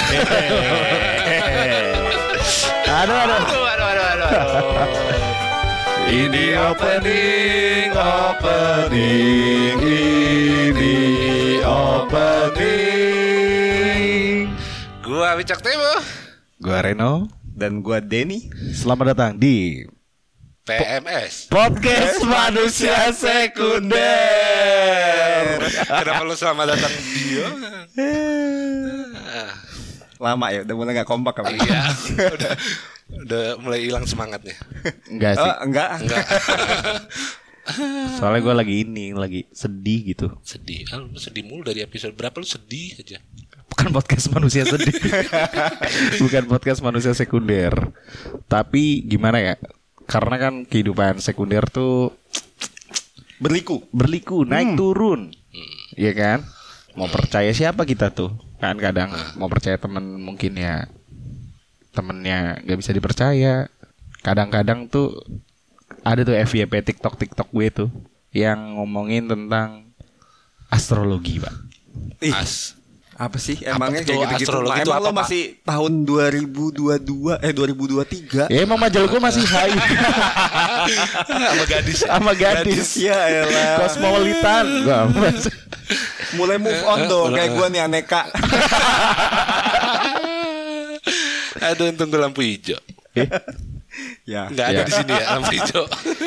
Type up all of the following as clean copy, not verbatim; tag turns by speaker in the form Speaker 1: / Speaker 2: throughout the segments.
Speaker 1: Aduh.
Speaker 2: Ini opening. Gua Wicak Temo.
Speaker 1: Gua Reno.
Speaker 3: Dan gua Denny.
Speaker 1: Selamat datang di
Speaker 2: PMS
Speaker 1: Podcast Manusia Sekunder.
Speaker 2: Kenapa lu selamat datang dia?
Speaker 3: Lama ya, udah mulai gak kompak kali.
Speaker 2: Iya. Udah mulai hilang semangatnya.
Speaker 1: Enggak sih.
Speaker 3: Enggak.
Speaker 1: Soalnya gue lagi sedih gitu.
Speaker 2: Sedih. Lu sedih mulu dari episode berapa lu sedih aja.
Speaker 1: Bukan podcast manusia sedih. Bukan podcast manusia sekunder. Tapi gimana ya? Karena kan kehidupan sekunder tuh berliku, naik turun. Iya kan? Mau percaya siapa kita tuh? Kan kadang mau percaya temen mungkin ya temennya gak bisa dipercaya. Kadang-kadang tuh ada tuh FYP TikTok gue tuh yang ngomongin tentang astrologi, Pak.
Speaker 3: Apa sih emangnya
Speaker 2: tuh
Speaker 3: kayak gitu-gitu?
Speaker 2: astrologi itu
Speaker 3: Emang
Speaker 2: apa,
Speaker 3: lo masih tahun 2023?
Speaker 1: Ya emang majalah gue masih high. Sama gadis.
Speaker 3: Ya elah.
Speaker 1: Kosmopolitan.
Speaker 3: Mulai move on tuh kayak gue nih aneka.
Speaker 2: Aduh, untung gue lampu hijau.
Speaker 3: Ya.
Speaker 2: Nggak ada di sini ya lampu hijau.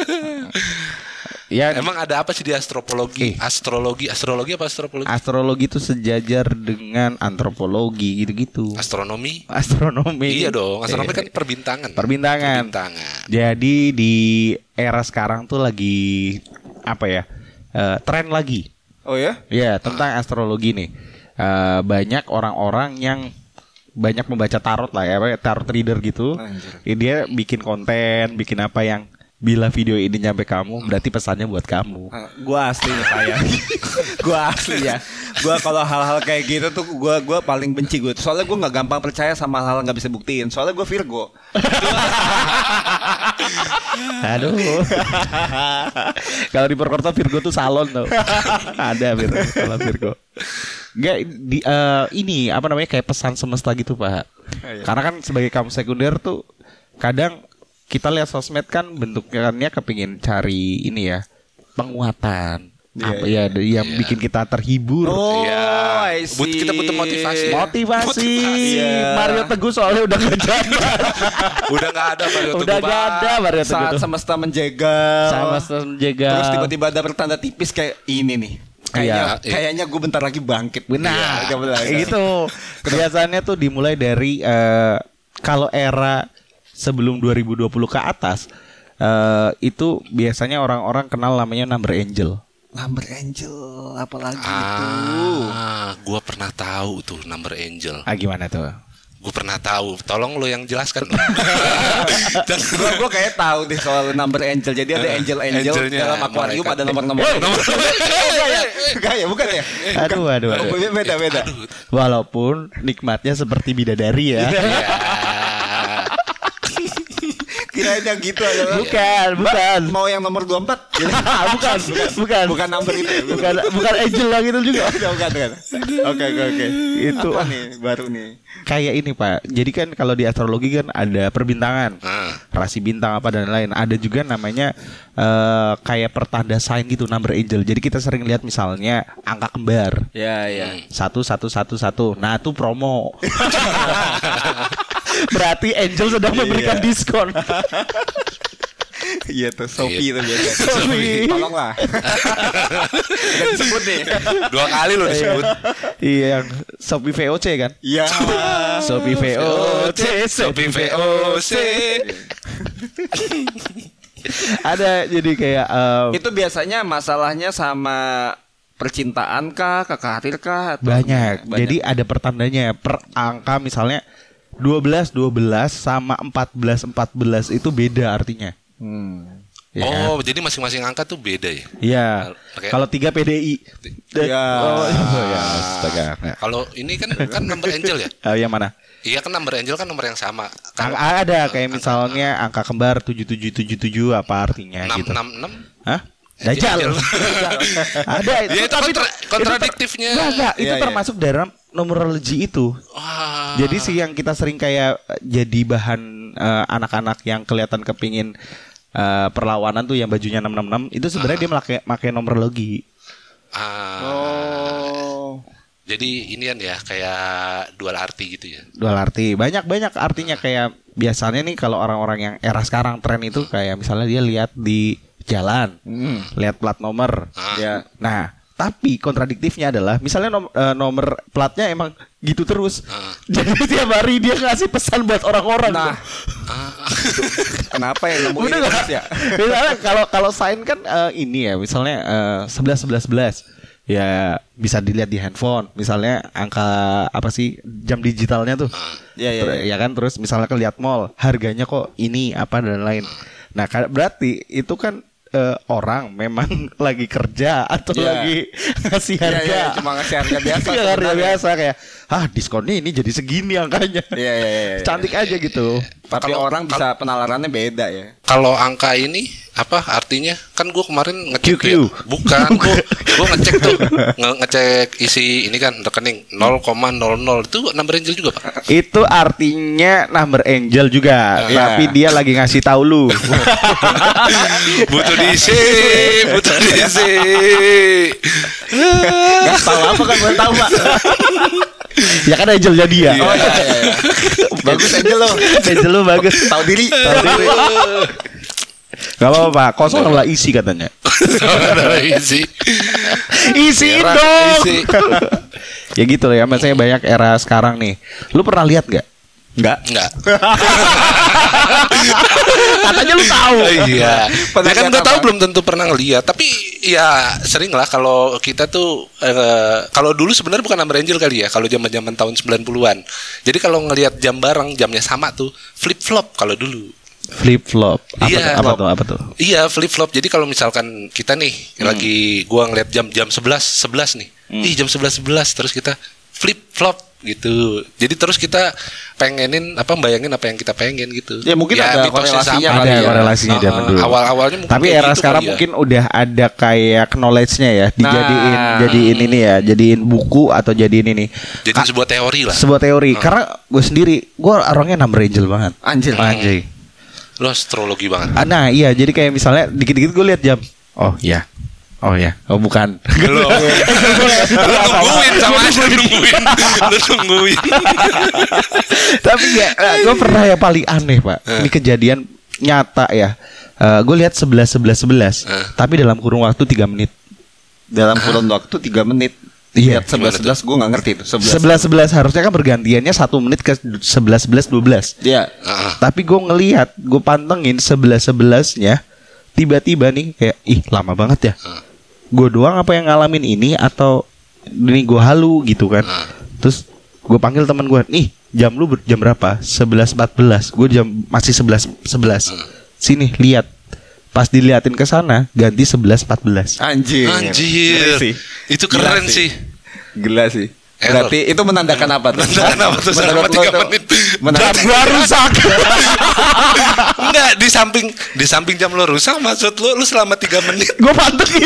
Speaker 1: Ya,
Speaker 2: Emang ada apa sih di astrologi? Astrologi apa astrologi?
Speaker 1: astrologi itu sejajar dengan antropologi gitu-gitu.
Speaker 2: Astronomi?
Speaker 1: Astronomi.
Speaker 2: Iya dong, astronomi kan perbintangan. Jadi di era sekarang tuh lagi apa ya? Tren lagi.
Speaker 3: Oh ya?
Speaker 1: Ya, tentang astrologi nih. Banyak orang-orang yang banyak membaca tarot lah ya, tarot reader gitu. Dia bikin konten, bikin apa yang bila video ini nyampe kamu, berarti pesannya buat kamu.
Speaker 3: Gua asli nih saya. Gua asli ya. Gua kalau hal-hal kayak gitu tuh gua paling benci gue. Soalnya gua nggak gampang percaya sama hal nggak bisa buktiin. Soalnya gua Virgo.
Speaker 1: Aduh. Kalau di Purwokerto Virgo tuh salon tuh. Ada Virgo. Enggak ini apa namanya kayak pesan semesta gitu, Pak. Karena kan sebagai kamu sekunder tuh kadang kita lihat sosmed kan bentuknya kepingin cari ini ya penguatan. Yang bikin kita terhibur.
Speaker 3: Oh,
Speaker 2: iya.
Speaker 3: kita
Speaker 2: butuh motivasi.
Speaker 1: Motivasi. Mario Teguh soalnya udah nggak jalan.
Speaker 2: Udah nggak ada Mario Teguh.
Speaker 1: Udah nggak ada Mario Teguh.
Speaker 3: Saat semesta menjegal.
Speaker 1: Terus
Speaker 3: tiba-tiba ada pertanda tipis kayak ini nih. Kayaknya gue bentar lagi bangkit.
Speaker 1: Benar. Gitu. Biasanya tuh dimulai dari kalau era sebelum 2020 ke atas itu biasanya orang-orang kenal namanya number angel.
Speaker 3: Number angel apalagi itu?
Speaker 2: Gua pernah tahu tuh number angel.
Speaker 1: Gimana tuh?
Speaker 2: Gue pernah tahu. Tolong lo yang jelaskan.
Speaker 3: Gue kayak tahu deh soal number angel. Jadi ada angel dalam akuarium ada nomor-nomor. Enggak ya, bukan ya?
Speaker 1: Aduh.
Speaker 3: Beda.
Speaker 1: Walaupun nikmatnya seperti bidadari ya.
Speaker 3: Kirain yang gitu adalah
Speaker 1: Bukan.
Speaker 3: Mau yang nomor 24? Bukan number itu.
Speaker 1: Bukan angel lah gitu juga.
Speaker 3: Bukan. Oke. Itu apa nih baru nih?
Speaker 1: Kayak ini, Pak. Jadi kan kalau di astrologi kan ada perbintangan. Rasi bintang apa dan lain. Ada juga namanya kayak pertanda sign gitu, number angel. Jadi kita sering lihat misalnya angka kembar.
Speaker 3: Ya.
Speaker 1: 1. Nah, itu promo. Berarti angel sedang memberikan diskon.
Speaker 3: Iya tuh Sophie tuh biasa.
Speaker 1: Sophie.
Speaker 3: Tolonglah. Udah disebut nih.
Speaker 2: 2 kali lo disebut.
Speaker 1: Iya, yang Sophie VOC kan?
Speaker 3: Iya.
Speaker 1: Sophie VOC. Ada jadi kayak
Speaker 3: itu biasanya masalahnya sama percintaan kah, karir kah?
Speaker 1: Banyak. Jadi ada pertandanya per angka misalnya 12 sama 14 itu beda artinya.
Speaker 2: Ya. Jadi masing-masing angka tuh beda ya?
Speaker 1: Iya. Kalau 3 PDI.
Speaker 3: Ya.
Speaker 1: Astaga.
Speaker 2: Kalau ini kan number angel ya?
Speaker 1: Yang mana?
Speaker 2: Iya kan number angel kan nomor yang sama.
Speaker 1: Ada kayak misalnya angka kembar 7777 apa artinya
Speaker 2: 666?
Speaker 1: gitu. Hah? Dajjal. Ada
Speaker 2: itu. Ya, itu kontradiktifnya.
Speaker 1: Enggak, itu termasuk dalam numerologi itu. Jadi sih yang kita sering kayak jadi bahan anak-anak yang kelihatan kepingin perlawanan tuh yang bajunya 666 itu sebenarnya dia pakai nomor logi.
Speaker 2: Jadi inian ya kayak dual arti gitu ya.
Speaker 1: Dual arti. Banyak artinya kayak biasanya nih kalau orang-orang yang era sekarang tren itu kayak misalnya dia lihat di jalan, lihat plat nomor. Ya. Nah, tapi kontradiktifnya adalah misalnya nomor platnya emang gitu terus. Jadi tiap hari dia ngasih pesan buat orang-orang.
Speaker 3: Nah. Kenapa yang ngomongin ya?
Speaker 1: Misalnya kalau sign kan ini ya, misalnya 11 ya bisa dilihat di handphone. Misalnya angka apa sih jam digitalnya tuh. Ya kan, terus misalnya lihat mall, harganya kok ini apa dan lain. Nah, berarti itu kan orang memang lagi kerja atau lagi ngasih harga.
Speaker 3: Cuma ngasih harga biasa.
Speaker 1: Harga biasa kayak, diskonnya ini jadi segini angkanya. Cantik aja gitu.
Speaker 3: Tapi orang bisa penalarannya beda ya.
Speaker 2: Kalau angka ini apa artinya? Kan gue kemarin ngecek
Speaker 1: QQ.
Speaker 2: ya. Bukan, gue ngecek tuh, ngecek isi ini kan rekening 0,00 itu number angel juga Pak?
Speaker 1: Itu artinya number angel juga, tapi dia lagi ngasih tahu lu.
Speaker 2: butuh diisi.
Speaker 3: Gak tahu apa kan boleh tahu Pak.
Speaker 1: Ya kan angelnya dia.
Speaker 3: Oh iya. Bagus angel lo.
Speaker 1: Angel lu bagus.
Speaker 3: Tahu diri.
Speaker 1: Gak apa-apa Pak, kosong adalah isi katanya. Isi dong. Ya gitu loh ya, maksudnya banyak era sekarang nih. Lu pernah lihat gak?
Speaker 2: Enggak.
Speaker 1: Katanya lu tahu.
Speaker 2: Iya. Ya kan gue tahu belum tentu pernah ngeliat. Tapi ya sering lah kalau kita tuh kalau dulu sebenarnya bukan number angel kali ya. Kalau zaman-zaman tahun 90-an. Jadi kalau ngelihat jam bareng, jamnya sama tuh flip flop kalau dulu.
Speaker 1: Flip flop. Apa tuh?
Speaker 2: Iya, flip flop. Jadi kalau misalkan kita nih lagi gua ngeliat jam 11 nih. Jam 11 terus kita flip flop gitu. Jadi terus kita pengenin bayangin apa yang kita pengen gitu.
Speaker 3: Ya mungkin ada korelasinya
Speaker 1: kali ya. Korelasinya zaman dulu.
Speaker 2: Awalnya mungkin.
Speaker 1: Tapi era
Speaker 2: gitu
Speaker 1: sekarang mungkin udah ada kayak knowledge-nya ya, jadiin ini ya, jadiin buku atau jadiin ini.
Speaker 2: Jadi sebuah teori lah.
Speaker 1: Sebuah teori. Karena gue sendiri, gue orangnya number angel banget. Anjay.
Speaker 2: Lo astrologi banget.
Speaker 1: Nah iya, jadi kayak misalnya dikit-dikit gue lihat jam. Oh ya, bukan.
Speaker 2: Lu nungguin sama aja nungguin.
Speaker 1: Tapi ya, gue pernah yang paling aneh Pak. Ini kejadian nyata ya. Gue lihat 11. Tapi dalam kurun waktu 3 menit.
Speaker 3: Dalam kurun waktu 3 menit. Iya, 11 gue nggak ngerti itu.
Speaker 1: 11 harusnya kan bergantiannya 1 menit ke 11 12.
Speaker 3: Iya.
Speaker 1: Tapi gue ngelihat, gue pantengin 11-nya, tiba-tiba nih kayak lama banget ya. Gue doang apa yang ngalamin ini atau ini gue halu gitu kan. Terus gue panggil teman gue, jam lu jam berapa? 11.14. Gue masih 11. Sini lihat. Pas diliatin ke sana ganti 11.14.
Speaker 2: Anjir. Itu keren sih.
Speaker 3: Gila sih. Berarti itu menandakan apa tuh?
Speaker 2: Menandakan apa tuh selama 3 menit?
Speaker 1: Jam gua rusak.
Speaker 2: Enggak, di samping jam lo rusak, maksud lu selama 3 menit
Speaker 1: gua pantengin.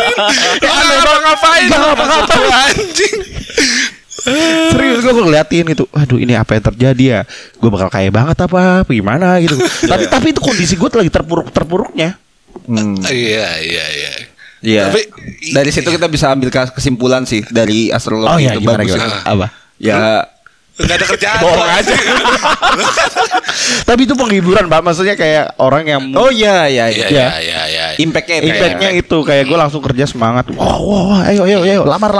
Speaker 2: Ngapain anjing.
Speaker 1: Serius gue ngeliatin gitu. Aduh ini apa yang terjadi ya. Gue bakal kaya banget apa gimana gitu. Tapi itu kondisi gue lagi terpuruknya.
Speaker 2: Iya.
Speaker 3: Tapi dari situ kita bisa ambil kesimpulan sih dari astrologi itu bagus.
Speaker 1: Apa?
Speaker 3: Ya
Speaker 2: nggak ada kerjaan.
Speaker 1: Bohong aja. Tapi itu penghiburan Pak. Maksudnya kayak orang yang
Speaker 3: iya.
Speaker 1: Impactnya itu kayak gue langsung kerja semangat. Ayo lamar.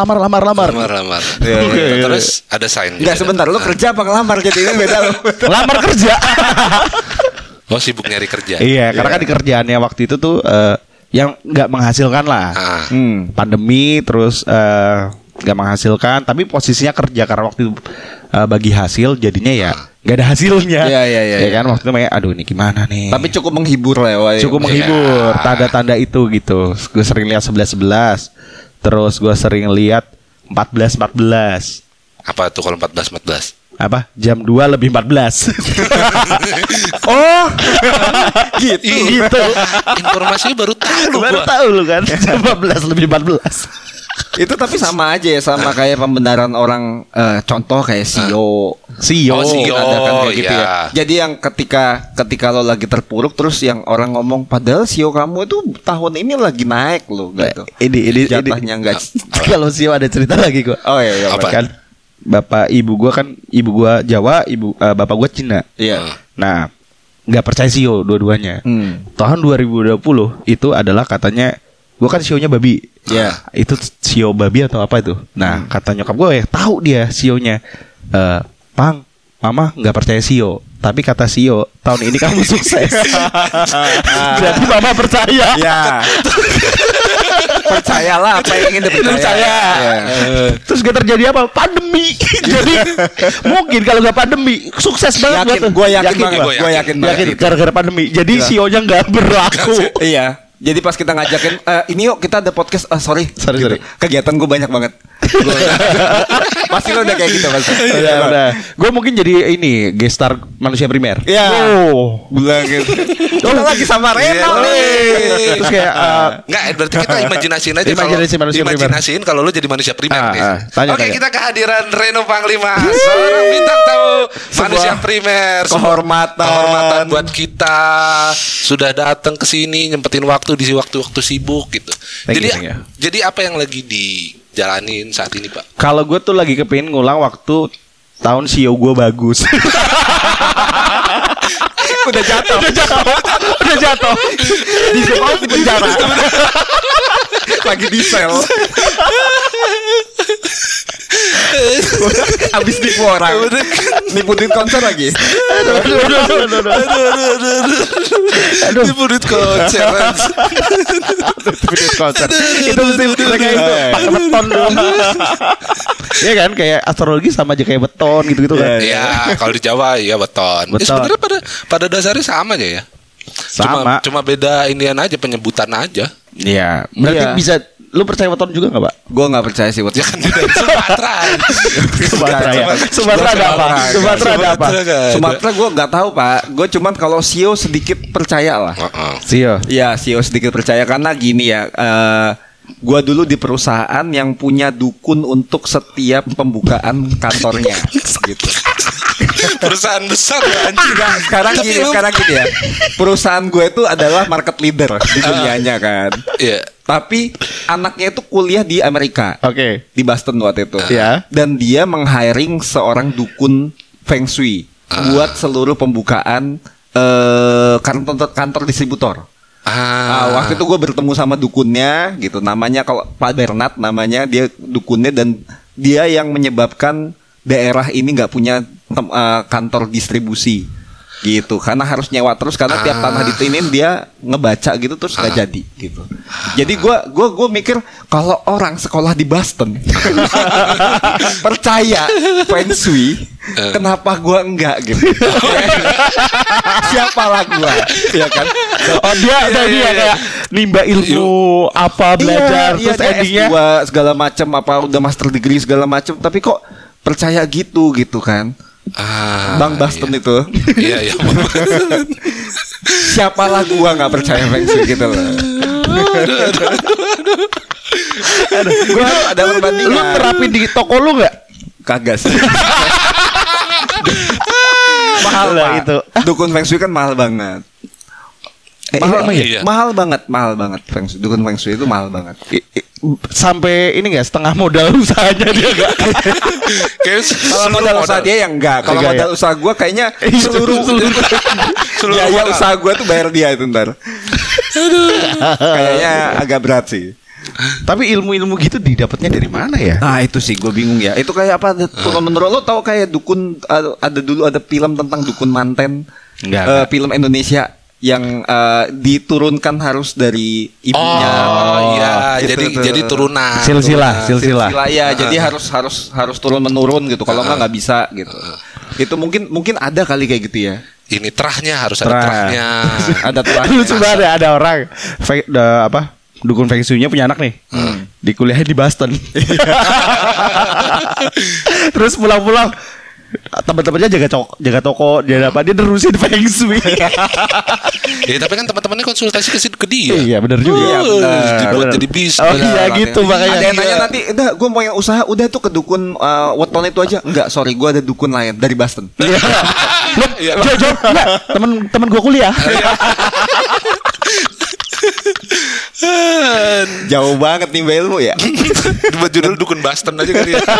Speaker 2: Terus ada sign.
Speaker 3: Enggak sebentar, lu kerja apa ngelamar? Jadi ini beda lo.
Speaker 1: Lamar kerja.
Speaker 2: Lo sibuk nyari kerja.
Speaker 1: Iya, karena kan di kerjaannya waktu itu tuh yang nggak menghasilkan lah. Pandemi terus nggak menghasilkan, tapi posisinya kerja karena waktu itu bagi hasil jadinya ya nggak ada hasilnya.
Speaker 3: Iya
Speaker 1: kan waktu itu aduh ini gimana nih.
Speaker 3: Tapi cukup menghibur lah ya.
Speaker 1: Cukup menghibur, tanda-tanda itu gitu. Gue sering lihat 11. Terus gue sering lihat 14.
Speaker 2: Apa tuh kalau 14?
Speaker 1: Apa? Jam 2 lebih 14.
Speaker 3: Oh, gitu.
Speaker 2: Informasinya baru tahu
Speaker 1: lu kan. Jam 14 lebih 14.
Speaker 3: Itu tapi sama aja ya, sama kayak pembenaran orang, contoh kayak CEO
Speaker 1: Sio.
Speaker 3: Ada kan kayak gitu
Speaker 2: iya.
Speaker 3: ya. Jadi yang ketika lo lagi terpuruk terus yang orang ngomong padahal sio kamu itu tahun ini lagi naik lo gitu.
Speaker 1: Ini
Speaker 3: jatahnya enggak.
Speaker 1: Kalau Sio ada cerita lagi gua.
Speaker 3: Oh iya,
Speaker 2: Apa?
Speaker 1: Kan bapak ibu gua Jawa, bapak gua Cina.
Speaker 3: Iya.
Speaker 1: Nah, nggak percaya Sio dua-duanya. Tahun 2020 itu adalah katanya gua kan sionya babi.
Speaker 3: Iya.
Speaker 1: Itu sio babi atau apa itu? Nah, kata nyokap gue tahu dia sionya. Pang, mama nggak percaya sio, tapi kata sio tahun ini kamu sukses. Berarti mama percaya.
Speaker 3: Ya. Percayalah apa yang ingin dipercaya. Ya.
Speaker 1: Terus gak terjadi apa? Pandemi. Jadi mungkin kalau nggak pandemi sukses banget.
Speaker 3: Gue yakin banget.
Speaker 1: Gara-gara pandemi. Jadi sionya nggak berlaku.
Speaker 3: Iya. Jadi pas kita ngajakin ini yuk kita ada podcast. Sorry.
Speaker 1: Sorry.
Speaker 3: Kegiatan gue banyak banget. Pasti lo udah kayak gitu pasti.
Speaker 1: Udah. Gue mungkin jadi ini gestar manusia primer.
Speaker 3: Iya. Bilang gitu. Kita lagi sama Reno nih.
Speaker 1: Terus kayak
Speaker 2: Enggak, berarti kita imajinasiin aja.
Speaker 1: Imajinasi manusia primer.
Speaker 2: Imajinasiin kalau lu jadi manusia primer nih.
Speaker 1: Tanya.
Speaker 2: Kita kehadiran Reno Panglima, seorang bintang tamu manusia primer. Kehormatan buat kita sudah datang ke sini nyempetin waktu di waktu-waktu sibuk gitu. Jadi apa yang lagi dijalanin saat ini, Pak?
Speaker 1: Kalau gue tuh lagi kepingin ngulang waktu tahun sio gue bagus.
Speaker 3: Udah jatuh.
Speaker 1: Di sekolah di penjara.
Speaker 3: Lagi di sel. Abis nipu orang. Nipu duit konser lagi.
Speaker 1: Aduh.
Speaker 2: Nipu duit konser.
Speaker 1: Itu mesti mereka itu pakai beton dong. Iya kan, kayak astrologi sama aja kayak beton gitu kan.
Speaker 2: Iya, kalau di Jawa ya beton. Sebenarnya pada dasarnya sama aja ya.
Speaker 1: Sama.
Speaker 2: Cuma beda inian aja, penyebutan aja.
Speaker 1: Iya. Berarti bisa. Lu percaya weton juga gak, Pak?
Speaker 3: Gue gak percaya sih weton.
Speaker 2: Ya kan dari Sumatera.
Speaker 1: Sumatera ada apa?
Speaker 3: Sumatera gue gak tahu, Pak. Gue cuman kalau sio sedikit percaya lah.
Speaker 1: Sio.
Speaker 3: Iya, sio sedikit percaya karena gini ya. Gue dulu di perusahaan yang punya dukun untuk setiap pembukaan kantornya gitu.
Speaker 2: Perusahaan besar ya anjing.
Speaker 3: Sekarang gini ya. Perusahaan gue itu adalah market leader di dunianya kan.
Speaker 2: Iya.
Speaker 3: Tapi anaknya itu kuliah di Amerika.
Speaker 1: Oke.
Speaker 3: Di Boston waktu itu.
Speaker 1: Iya.
Speaker 3: Dan dia meng-hiring seorang dukun Feng Shui buat seluruh pembukaan kantor distributor. Waktu itu gue bertemu sama dukunnya gitu. Namanya kalau Pak Bernard namanya, dia dukunnya dan dia yang menyebabkan daerah ini nggak punya kantor distribusi gitu, karena harus nyewa terus karena tiap tanah ditinin dia ngebaca gitu terus nggak jadi gitu. Jadi gue mikir kalau orang sekolah di Boston percaya Feng Shui, kenapa gue enggak gitu? Siapalah gue, ya kan?
Speaker 1: Oh dia kayak nimba ilmu apa belajar terus endingnya
Speaker 3: S2 segala macam, apa udah master degree segala macam, tapi kok percaya gitu kan? Bang Boston itu.
Speaker 2: Iya.
Speaker 3: Siapalah gua nggak percaya Feng Shui gitu loh. Gua ada perbandingan.
Speaker 1: Lu terapin di toko lu nggak?
Speaker 3: Kagak sih. Mahal lah itu. Dukun Feng Shui kan mahal banget. Mahal banget Feng Shui. Dukun Feng Shui itu mahal banget.
Speaker 1: Sampai ini nggak setengah modal usahanya dia nggak?
Speaker 3: Kalau modal usaha dia yang enggak. Kalau modal usaha gue kayaknya seluruh biaya usaha gue tuh bayar dia itu ntar. Kayaknya agak berat sih.
Speaker 1: Tapi ilmu-ilmu gitu didapatnya dari mana ya?
Speaker 3: Nah itu sih gue bingung ya. Itu kayak apa? Menurut lo tahu kayak dukun, ada film tentang dukun manten.
Speaker 1: Enggak.
Speaker 3: Film Indonesia yang diturunkan harus dari ibunya.
Speaker 2: Oh iya, jadi turunan.
Speaker 1: Silsilah.
Speaker 3: Ya, jadi harus turun menurun gitu. Kalau nggak bisa gitu. Itu mungkin ada kali kayak gitu ya.
Speaker 2: Ini terahnya harus ada terahnya.
Speaker 3: Ada terahnya.
Speaker 1: Lu coba ada orang dukun Feng Shui-nya punya anak nih. Di kuliahnya di Boston. Terus pulang-pulang Teman-temannya jaga toko, dia nerusin feng shui.
Speaker 2: Ya tapi kan teman-temannya konsultasi ke dia.
Speaker 1: Iya benar juga.
Speaker 3: Iya, benar.
Speaker 2: Dibuat jadi bisnis.
Speaker 1: Oh iya gitu makanya.
Speaker 3: Ada yang nanya nanti, udah gue mau yang usaha, udah tuh ke dukun weton itu aja. Enggak, sorry, gue ada dukun lain dari Boston.
Speaker 2: Iya.
Speaker 1: Temen gue kuliah.
Speaker 3: Jauh banget nih ilmu ya.
Speaker 2: Buat judul dukun Boston aja kali ya.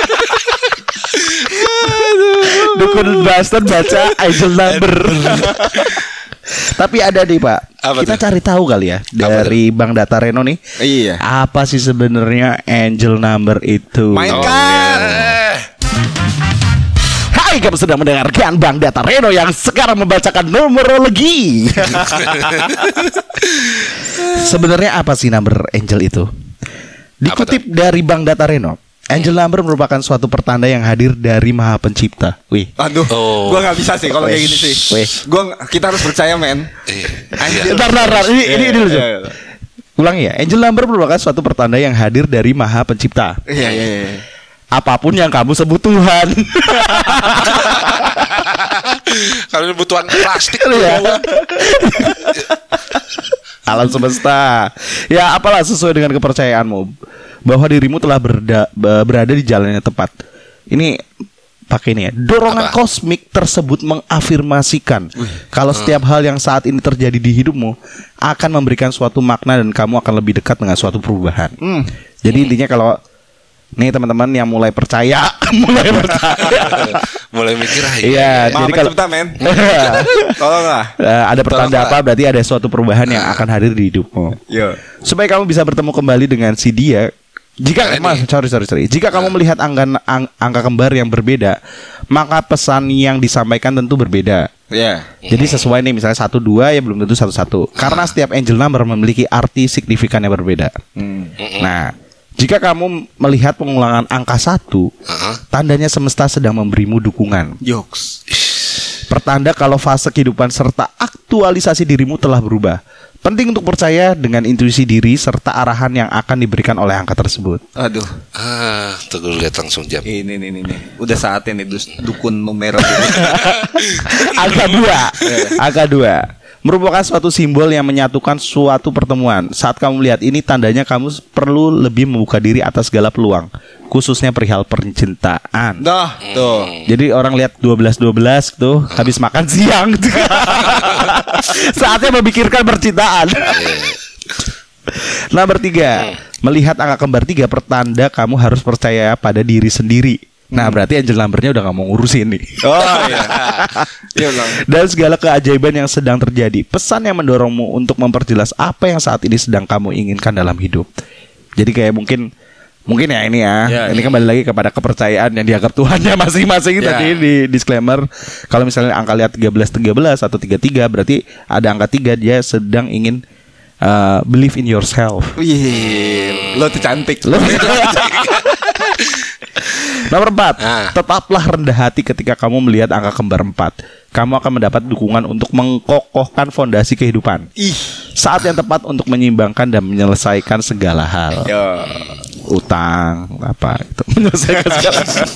Speaker 1: Dukun Boston baca angel number. Tapi ada nih Pak.
Speaker 2: Apa
Speaker 1: kita
Speaker 2: tuh?
Speaker 1: cari tahu kali ya dari Bank Data Reno nih.
Speaker 3: Iya.
Speaker 1: Apa sih sebenarnya angel number itu?
Speaker 3: Mainkan.
Speaker 1: Hai, kamu sedang mendengarkan Bank Data Reno yang sekarang membacakan numerologi. Sebenarnya apa sih number angel itu? Dikutip dari Bank Data Reno, angel number merupakan suatu pertanda yang hadir dari Maha Pencipta. Wih.
Speaker 3: Aduh, gue nggak bisa sih kalau kayak gini sih. Kita harus percaya, men.
Speaker 1: Bentar. Ini dulu. Ulangi ya. Angel number merupakan suatu pertanda yang hadir dari Maha Pencipta.
Speaker 3: Iya.
Speaker 1: Apapun yang kamu sebut Tuhan.
Speaker 2: Kalau kebutuhan plastik
Speaker 1: Ya. Alam semesta. Ya apalah sesuai dengan kepercayaanmu bahwa dirimu telah berada di jalan yang tepat. Ini pakai ini ya. Dorongan kosmik tersebut mengafirmasikan kalau setiap hal yang saat ini terjadi di hidupmu akan memberikan suatu makna dan kamu akan lebih dekat dengan suatu perubahan. Jadi intinya kalau nih teman-teman yang mulai percaya,
Speaker 2: mulai mikir
Speaker 1: iya.
Speaker 3: Jadi kalau tolonglah.
Speaker 1: Ada pertanda apa berarti ada suatu perubahan yang akan hadir di hidupmu.
Speaker 3: Yo.
Speaker 1: Supaya kamu bisa bertemu kembali dengan si dia. Jika Jika kamu melihat angka kembar yang berbeda, maka pesan yang disampaikan tentu berbeda.
Speaker 3: Iya.
Speaker 1: Jadi sesuai nih misalnya 1, 2 ya belum tentu 1, 1. Karena setiap angel number memiliki arti signifikan yang berbeda. Nah, jika kamu melihat pengulangan angka 1, tandanya semesta sedang memberimu dukungan.
Speaker 3: Yoks.
Speaker 1: Pertanda kalau fase kehidupan serta aktualisasi dirimu telah berubah. Penting untuk percaya dengan intuisi diri serta arahan yang akan diberikan oleh angka tersebut.
Speaker 3: Aduh.
Speaker 2: Tuh gue lihat langsung jam.
Speaker 3: Ini. Udah saatnya nih dukun numero.
Speaker 1: Angka 2 merupakan suatu simbol yang menyatukan suatu pertemuan. Saat kamu melihat ini, tandanya kamu perlu lebih membuka diri atas segala peluang, khususnya perihal percintaan.
Speaker 3: Dah, tuh.
Speaker 1: Jadi orang lihat 12 tuh habis makan siang. Saatnya memikirkan percintaan. Nomor 3, melihat angka kembar 3 pertanda kamu harus percaya pada diri sendiri. Nah berarti angel numbernya udah gak mau ngurusin nih.
Speaker 3: Oh iya.
Speaker 1: Dan segala keajaiban yang sedang terjadi. Pesan yang mendorongmu untuk memperjelas apa yang saat ini sedang kamu inginkan dalam hidup. Jadi kayak mungkin ya ini ya. Ini kembali lagi kepada kepercayaan yang dianggap Tuhannya masing-masing. Tadi di disclaimer, kalau misalnya angka lihat 13 atau 33, berarti ada angka 3 dia sedang ingin believe in yourself.
Speaker 3: Wih, lo tuh cantik.
Speaker 1: Nomor 4, tetaplah rendah hati ketika kamu melihat angka kembar 4. Kamu akan mendapat dukungan untuk mengkokohkan fondasi kehidupan. Saat yang tepat untuk menyimbangkan dan menyelesaikan segala hal. Utang apa itu menyelesaikan segala hal.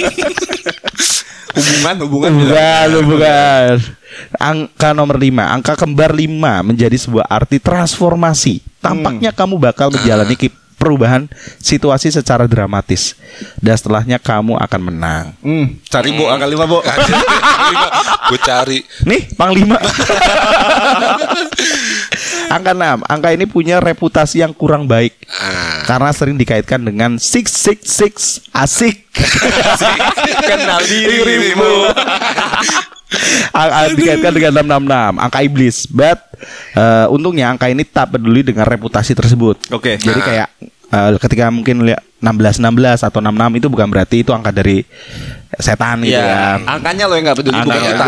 Speaker 1: hubungan. Angka nomor 5, angka kembar 5 menjadi sebuah arti transformasi. Tampaknya kamu bakal menjalani perubahan situasi secara dramatis, dan setelahnya kamu akan menang.
Speaker 3: Cari Bu angka 5, Bu.
Speaker 2: Gue cari.
Speaker 1: Nih, Panglima. Angka 6, angka ini punya reputasi yang kurang baik karena sering dikaitkan dengan 666 asik.
Speaker 3: Kenal dirimu.
Speaker 1: Dikaitkan dengan 666, angka iblis. But untungnya angka ini tak peduli dengan reputasi tersebut.
Speaker 3: Oke.
Speaker 1: Jadi kayak ketika mungkin lihat 16 atau 66 itu bukan berarti itu angka dari setan gitu ya.
Speaker 3: Angkanya lo yang nggak peduli, bukan kita.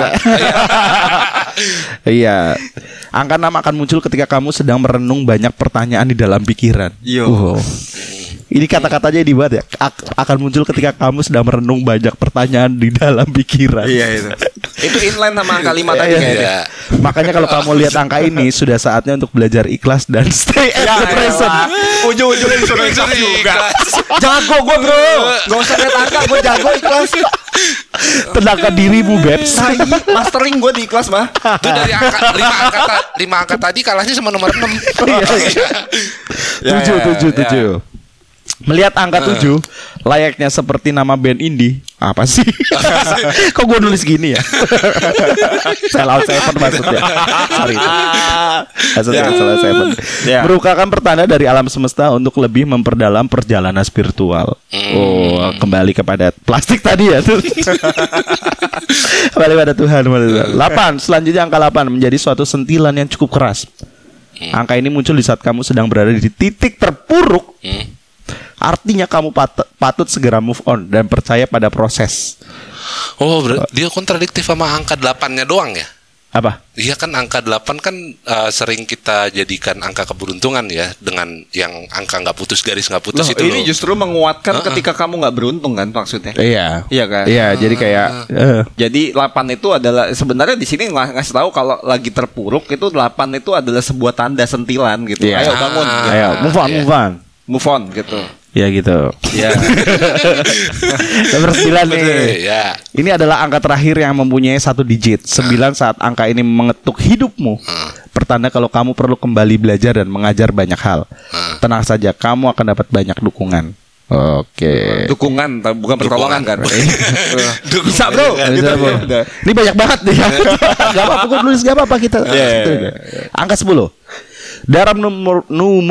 Speaker 1: Iya. Angka 6 akan muncul ketika kamu sedang merenung banyak pertanyaan di dalam pikiran. Ini kata-katanya dibuat ya. Akan muncul ketika kamu sedang merenung banyak pertanyaan di dalam pikiran.
Speaker 3: Iya itu. Itu inline sama angka 5 tadi kayaknya.
Speaker 1: Makanya kalau kamu lihat angka ini, sudah saatnya untuk belajar ikhlas dan stay at the present.
Speaker 3: Ujung-ujungnya disuruh ikhlas juga. Jago gue bro. Gak usah lihat angka, gue jago ikhlas.
Speaker 1: Tenangkan dirimu, Babs.
Speaker 3: Mastering gue di kelas mah.
Speaker 2: Itu dari angka 5 angka tadi kalahnya sama nomor 6.
Speaker 1: Tujuh. Melihat angka 7 layaknya seperti nama band indie. Apa sih? Kok gue nulis gini ya? Sellout Seven maksudnya. Sorry. Maksudnya Sellout Seven. Merupakan pertanda dari alam semesta untuk lebih memperdalam perjalanan spiritual. Oh, kembali kepada plastik tadi ya tuh. Kembali pada Tuhan. 8. Selanjutnya angka 8 menjadi suatu sentilan yang cukup keras. Angka ini muncul di saat kamu sedang berada di titik terpuruk. Artinya kamu patut segera move on dan percaya pada proses.
Speaker 2: Oh, dia kontradiktif sama angka 8-nya doang ya?
Speaker 1: Apa?
Speaker 2: Iya kan angka 8 kan sering kita jadikan angka keberuntungan ya, dengan yang angka nggak putus garis nggak putus itu.
Speaker 3: Ini justru menguatkan ketika kamu nggak beruntung kan maksudnya.
Speaker 1: Iya.
Speaker 3: Iya kan?
Speaker 1: Iya, jadi kayak
Speaker 3: jadi 8 itu adalah sebenarnya di sini ngasih tahu kalau lagi terpuruk itu 8 itu adalah sebuah tanda sentilan gitu.
Speaker 1: Iya.
Speaker 3: Ayo bangun. Gitu.
Speaker 1: Ayo move on
Speaker 3: gitu.
Speaker 1: Ya gitu.
Speaker 3: Ya.
Speaker 1: Nomor 9 nih.
Speaker 2: Ya.
Speaker 1: Ini adalah angka terakhir yang mempunyai 1 digit. 9 saat angka ini mengetuk hidupmu. Pertanda kalau kamu perlu kembali belajar dan mengajar banyak hal. Tenang saja, kamu akan dapat banyak dukungan. Oke.
Speaker 3: Dukungan, bukan pertolongan kan?
Speaker 1: Bisa bro. Bisa, bro. Ini banyak banget nih. Gak apa-apa, gue nulis gak apa-apa kita. Angka 10. Dalam nomor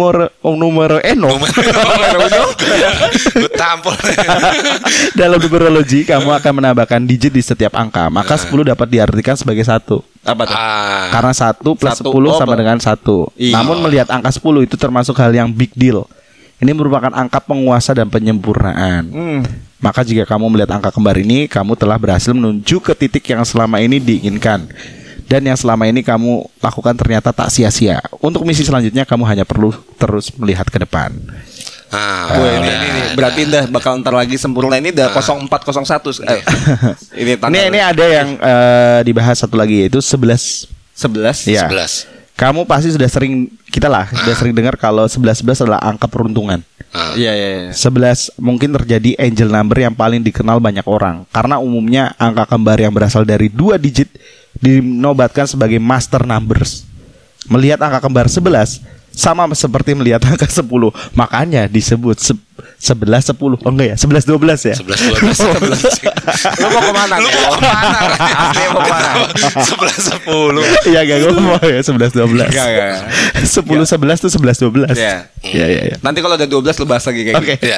Speaker 1: dalam numerologi kamu akan menambahkan digit di setiap angka. Maka 10 dapat diartikan sebagai 1. Apa tuh? Karena 1 plus 10 sama dengan 1. Namun melihat angka 10 itu termasuk hal yang big deal. Ini merupakan angka penguasa dan penyempurnaan. Maka jika kamu melihat angka kembar ini, kamu telah berhasil menuju ke titik yang selama ini diinginkan. Dan yang selama ini kamu lakukan ternyata tak sia-sia. Untuk misi selanjutnya kamu hanya perlu terus melihat ke depan.
Speaker 3: Ini berarti dah bakal ntar lagi sempurna. Ini udah 0401.
Speaker 1: Ini ada yang dibahas satu lagi, yaitu 11. Ya.
Speaker 2: 11.
Speaker 1: Kamu pasti sudah sering sudah sering dengar kalau 11 adalah angka peruntungan.
Speaker 3: Iya.
Speaker 1: 11 mungkin terjadi angel number yang paling dikenal banyak orang. Karena umumnya angka kembar yang berasal dari 2 digit dinobatkan sebagai master numbers. Melihat angka kembar 11 sama seperti melihat angka 10. Makanya disebut 11-10. Oh enggak ya, 11-12 ya.
Speaker 2: 11-12.
Speaker 3: Lu mau kemana?
Speaker 2: Lu mau kemana? 11-10.
Speaker 1: Iya gak, gue mau ya 11-12. 10-11 tuh 11-12. Iya.
Speaker 3: Nanti kalau ada 12 lu bahas lagi kayak
Speaker 1: gitu.
Speaker 2: Iya.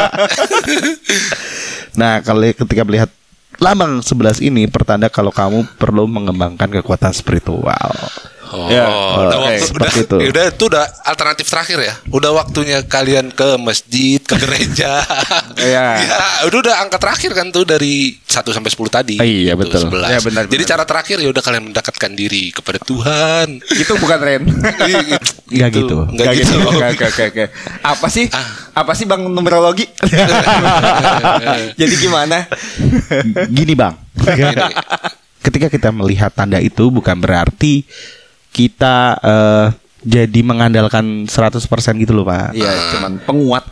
Speaker 1: Nah, ketika melihat lambang 11 ini pertanda kalau kamu perlu mengembangkan kekuatan spiritual.
Speaker 2: Seperti itu. Itu udah alternatif terakhir ya. Udah waktunya kalian ke masjid, ke gereja. Ya, udah angka terakhir kan tuh dari 1 sampai 10 tadi.
Speaker 1: Iya, betul.
Speaker 2: 11. Ya, benar. Jadi cara terakhir ya udah kalian mendekatkan diri kepada Tuhan.
Speaker 3: Itu bukan Ren.
Speaker 1: Enggak gitu.
Speaker 3: Oke. Apa sih Bang numerologi? Jadi gimana?
Speaker 1: Gini Bang. Ketika kita melihat tanda itu bukan berarti kita jadi mengandalkan 100% gitu loh Pak.
Speaker 3: Iya, cuman penguat.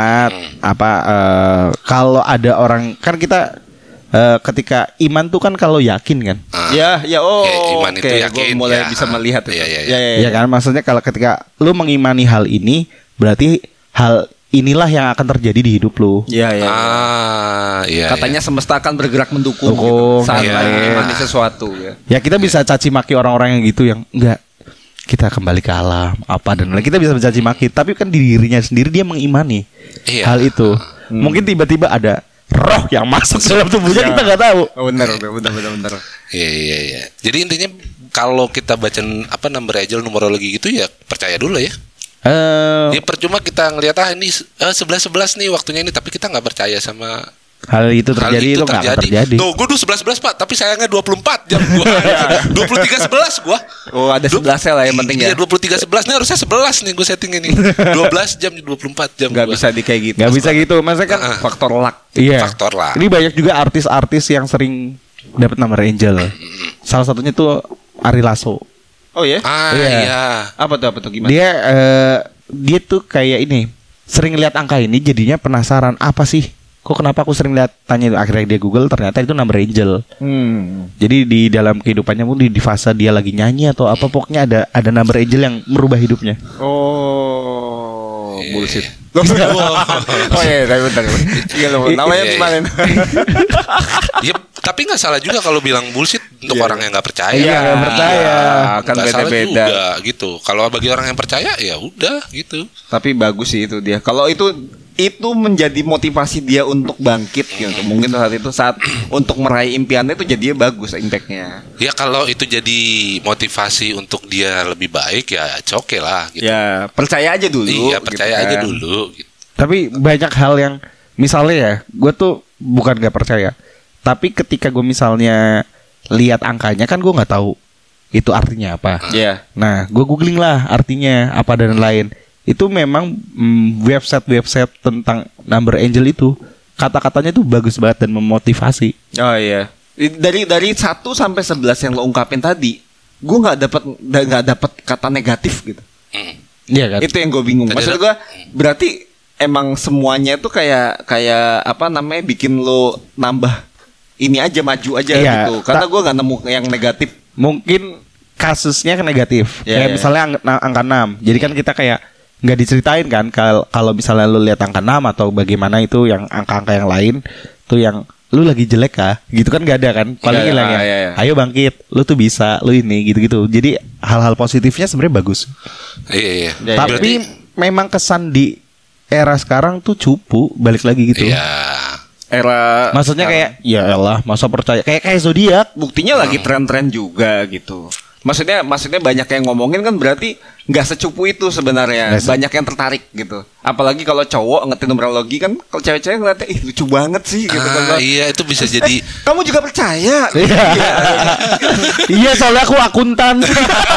Speaker 1: Kalau ada orang kan kita ketika iman tuh kan kalau yakin kan.
Speaker 2: Iman itu yakin.
Speaker 3: Gue mulai bisa melihat.
Speaker 1: Iya kan, maksudnya kalau ketika lu mengimani hal ini berarti hal inilah yang akan terjadi di hidup lu.
Speaker 3: Iya. Katanya semesta akan bergerak mendukung gitu, saat mengimani sesuatu
Speaker 1: ya. Kita bisa caci maki orang-orang yang gitu yang enggak, kita kembali ke alam dan kita bisa mencaci maki, tapi kan di dirinya sendiri dia mengimani hal itu. Mungkin tiba-tiba ada roh yang masuk dalam tubuhnya, kita nggak tahu.
Speaker 3: Benar.
Speaker 2: Iya. Jadi intinya kalau kita baca number angel numerologi gitu ya percaya dulu ya. Ya percuma kita ngelihat ini 11-11 nih waktunya ini, tapi kita nggak percaya sama
Speaker 1: hal itu terjadi. Itu nggak akan terjadi.
Speaker 2: Tuh, gue 11-11 Pak, tapi sayangnya 24 jam gue. 23-11 gue.
Speaker 3: Oh, ada 11 lah yang penting ya.
Speaker 2: Iya, 23-11 nih harusnya 11 nih gue setting ini. 12 jam 24 jam.
Speaker 3: Gak bisa di kayak gitu.
Speaker 1: Gak bisa gitu. Maksudnya kan
Speaker 3: faktor luck.
Speaker 1: Iya.
Speaker 2: Faktor luck.
Speaker 1: Ini banyak juga artis-artis yang sering dapat nomor angel. Salah satunya tuh Ari Lasso.
Speaker 3: Oh ya?
Speaker 2: Iya.
Speaker 3: Apa tuh gimana?
Speaker 1: Dia tuh kayak ini, sering lihat angka ini jadinya penasaran apa sih kok kenapa aku sering lihat tanya itu. Akhirnya dia Google, ternyata itu number angel. Jadi di dalam kehidupannya pun di fase dia lagi nyanyi atau apa, pokoknya ada number angel yang merubah hidupnya.
Speaker 3: Oh, bullshit. Oh iya, bentar. Iya loh, namanya gimana?
Speaker 2: Ya, tapi nggak salah juga kalau bilang bullshit untuk orang yang nggak percaya.
Speaker 1: Iya, nggak percaya.
Speaker 3: Kan
Speaker 2: nggak salah
Speaker 3: beda-beda
Speaker 2: juga gitu. Kalau bagi orang yang percaya ya udah gitu.
Speaker 3: Tapi bagus sih itu dia. Kalau itu menjadi motivasi dia untuk bangkit gitu. Mungkin saat untuk meraih impiannya itu jadinya bagus impactnya.
Speaker 2: Ya kalau itu jadi motivasi untuk dia lebih baik ya oke lah gitu.
Speaker 3: Ya percaya aja dulu.
Speaker 2: Iya percaya
Speaker 3: gitu
Speaker 2: aja
Speaker 3: kan.
Speaker 2: dulu gitu.
Speaker 1: Tapi banyak hal yang misalnya ya, gue tuh bukan gak percaya, tapi ketika gue misalnya lihat angkanya kan gue nggak tahu itu artinya apa.
Speaker 3: Iya.
Speaker 1: Nah, gue googling lah artinya apa dan lain. Itu memang website tentang number angel itu kata-katanya tuh bagus banget dan memotivasi.
Speaker 3: Oh iya. Dari 1 sampai 11 yang lo ungkapin tadi, gue nggak dapat kata negatif gitu.
Speaker 1: Iya kan?
Speaker 3: Itu yang gue bingung. Maksud gue berarti emang semuanya itu kayak apa namanya, bikin lo nambah ini aja, maju aja gitu. Karena gue nggak nemu yang negatif.
Speaker 1: Mungkin kasusnya kan negatif.
Speaker 3: Yeah,
Speaker 1: kayak misalnya angka 6. Jadi kan kita kayak nggak diceritain kan kalau misalnya lu lihat angka 6 atau bagaimana itu yang angka-angka yang lain tuh yang lu lagi jelek kah? Gitu kan nggak ada kan? Paling hilang ya. Ayo bangkit, lu tuh bisa, lu ini gitu-gitu. Jadi hal-hal positifnya sebenarnya bagus.
Speaker 2: Iya.
Speaker 1: Tapi memang kesan di era sekarang tuh cupu, balik lagi gitu.
Speaker 2: Iya.
Speaker 3: Era
Speaker 1: maksudnya kayak ya elah, masa percaya kayak zodiak.
Speaker 3: Buktinya lagi tren-tren juga gitu. Maksudnya banyak yang ngomongin kan, berarti nggak secupu itu sebenarnya. Banyak yang tertarik gitu. Apalagi kalau cowok ngerti numerologi kan, kalau cewek-cewek ngeliatnya lucu banget sih gitu kan.
Speaker 2: Iya, itu bisa jadi.
Speaker 3: Kamu juga percaya?
Speaker 1: Iya, soalnya aku akuntan.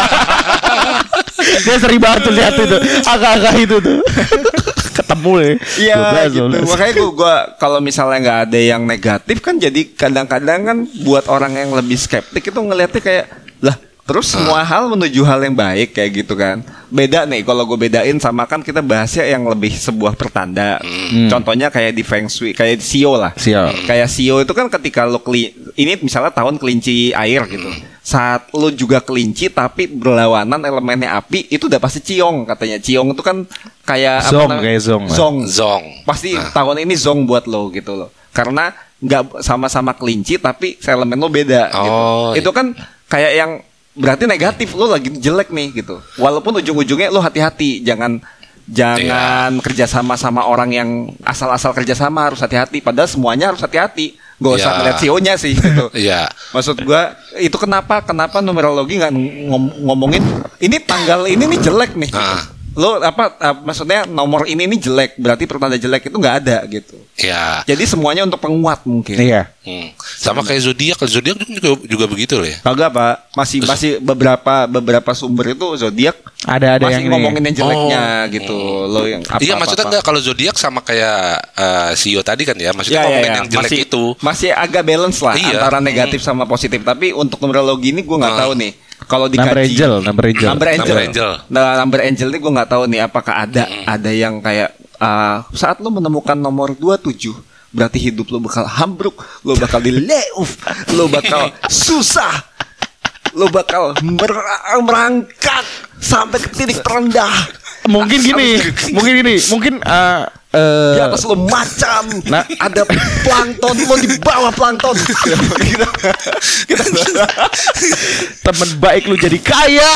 Speaker 1: Dia sering banget tuh lihat itu agak-agak itu tuh. Ketemu ya.
Speaker 3: Iya gitu. Makanya gue kalau misalnya nggak ada yang negatif kan, jadi kadang-kadang kan buat orang yang lebih skeptik itu ngeliatnya kayak lah, terus semua hal menuju hal yang baik kayak gitu kan. Beda nih kalau gue bedain sama, kan kita bahasnya yang lebih sebuah pertanda. Contohnya kayak di Feng Shui, kayak Sio lah. Kayak Sio itu kan ketika lo ini misalnya tahun kelinci air gitu. Saat lo juga kelinci tapi berlawanan elemennya api, itu udah pasti ciong katanya. Ciong itu kan kayak
Speaker 1: zong, apa kayak
Speaker 3: zong. Pasti tahun ini zong buat lo gitu loh. Karena nggak sama-sama kelinci tapi elemen lo beda gitu. Itu kan kayak yang berarti negatif, lo lagi jelek nih gitu. Walaupun ujung-ujungnya lo hati-hati, jangan kerjasama sama orang yang asal-asal kerjasama, harus hati-hati. Padahal semuanya harus hati-hati. Gak usah ngeliat CEO-nya sih gitu. Maksud gua itu kenapa numerologi nggak ngomongin ini tanggal ini nih jelek nih. Lo maksudnya nomor ini nih jelek, berarti pertanda jelek itu nggak ada gitu.
Speaker 2: Iya.
Speaker 3: Jadi semuanya untuk penguat mungkin.
Speaker 1: Iya.
Speaker 2: Sama kayak zodiak juga begitu loh ya.
Speaker 3: Kagak Pak, masih beberapa sumber itu zodiak
Speaker 1: ada
Speaker 3: masih
Speaker 1: yang
Speaker 3: ngomongin yang jeleknya gitu. Lo yang
Speaker 2: iya, maksudnya enggak, kalau zodiak sama kayak CEO tadi kan ya, maksudnya ngomongin yang jelek itu.
Speaker 3: Masih agak balance lah antara negatif sama positif. Tapi untuk numerologi ini gue nggak tahu nih. Kalau dikaji number angel ini gue nggak tahu nih apakah ada yang kayak saat lo menemukan nomor 27 berarti hidup lo bakal hambruk, lo bakal dileuf, lo bakal susah, lo bakal merangkak sampai ke titik terendah.
Speaker 1: Mungkin gini,
Speaker 3: di atas lo macan, ada plankton, lo di bawah plankton.
Speaker 1: Temen baik lo jadi kaya.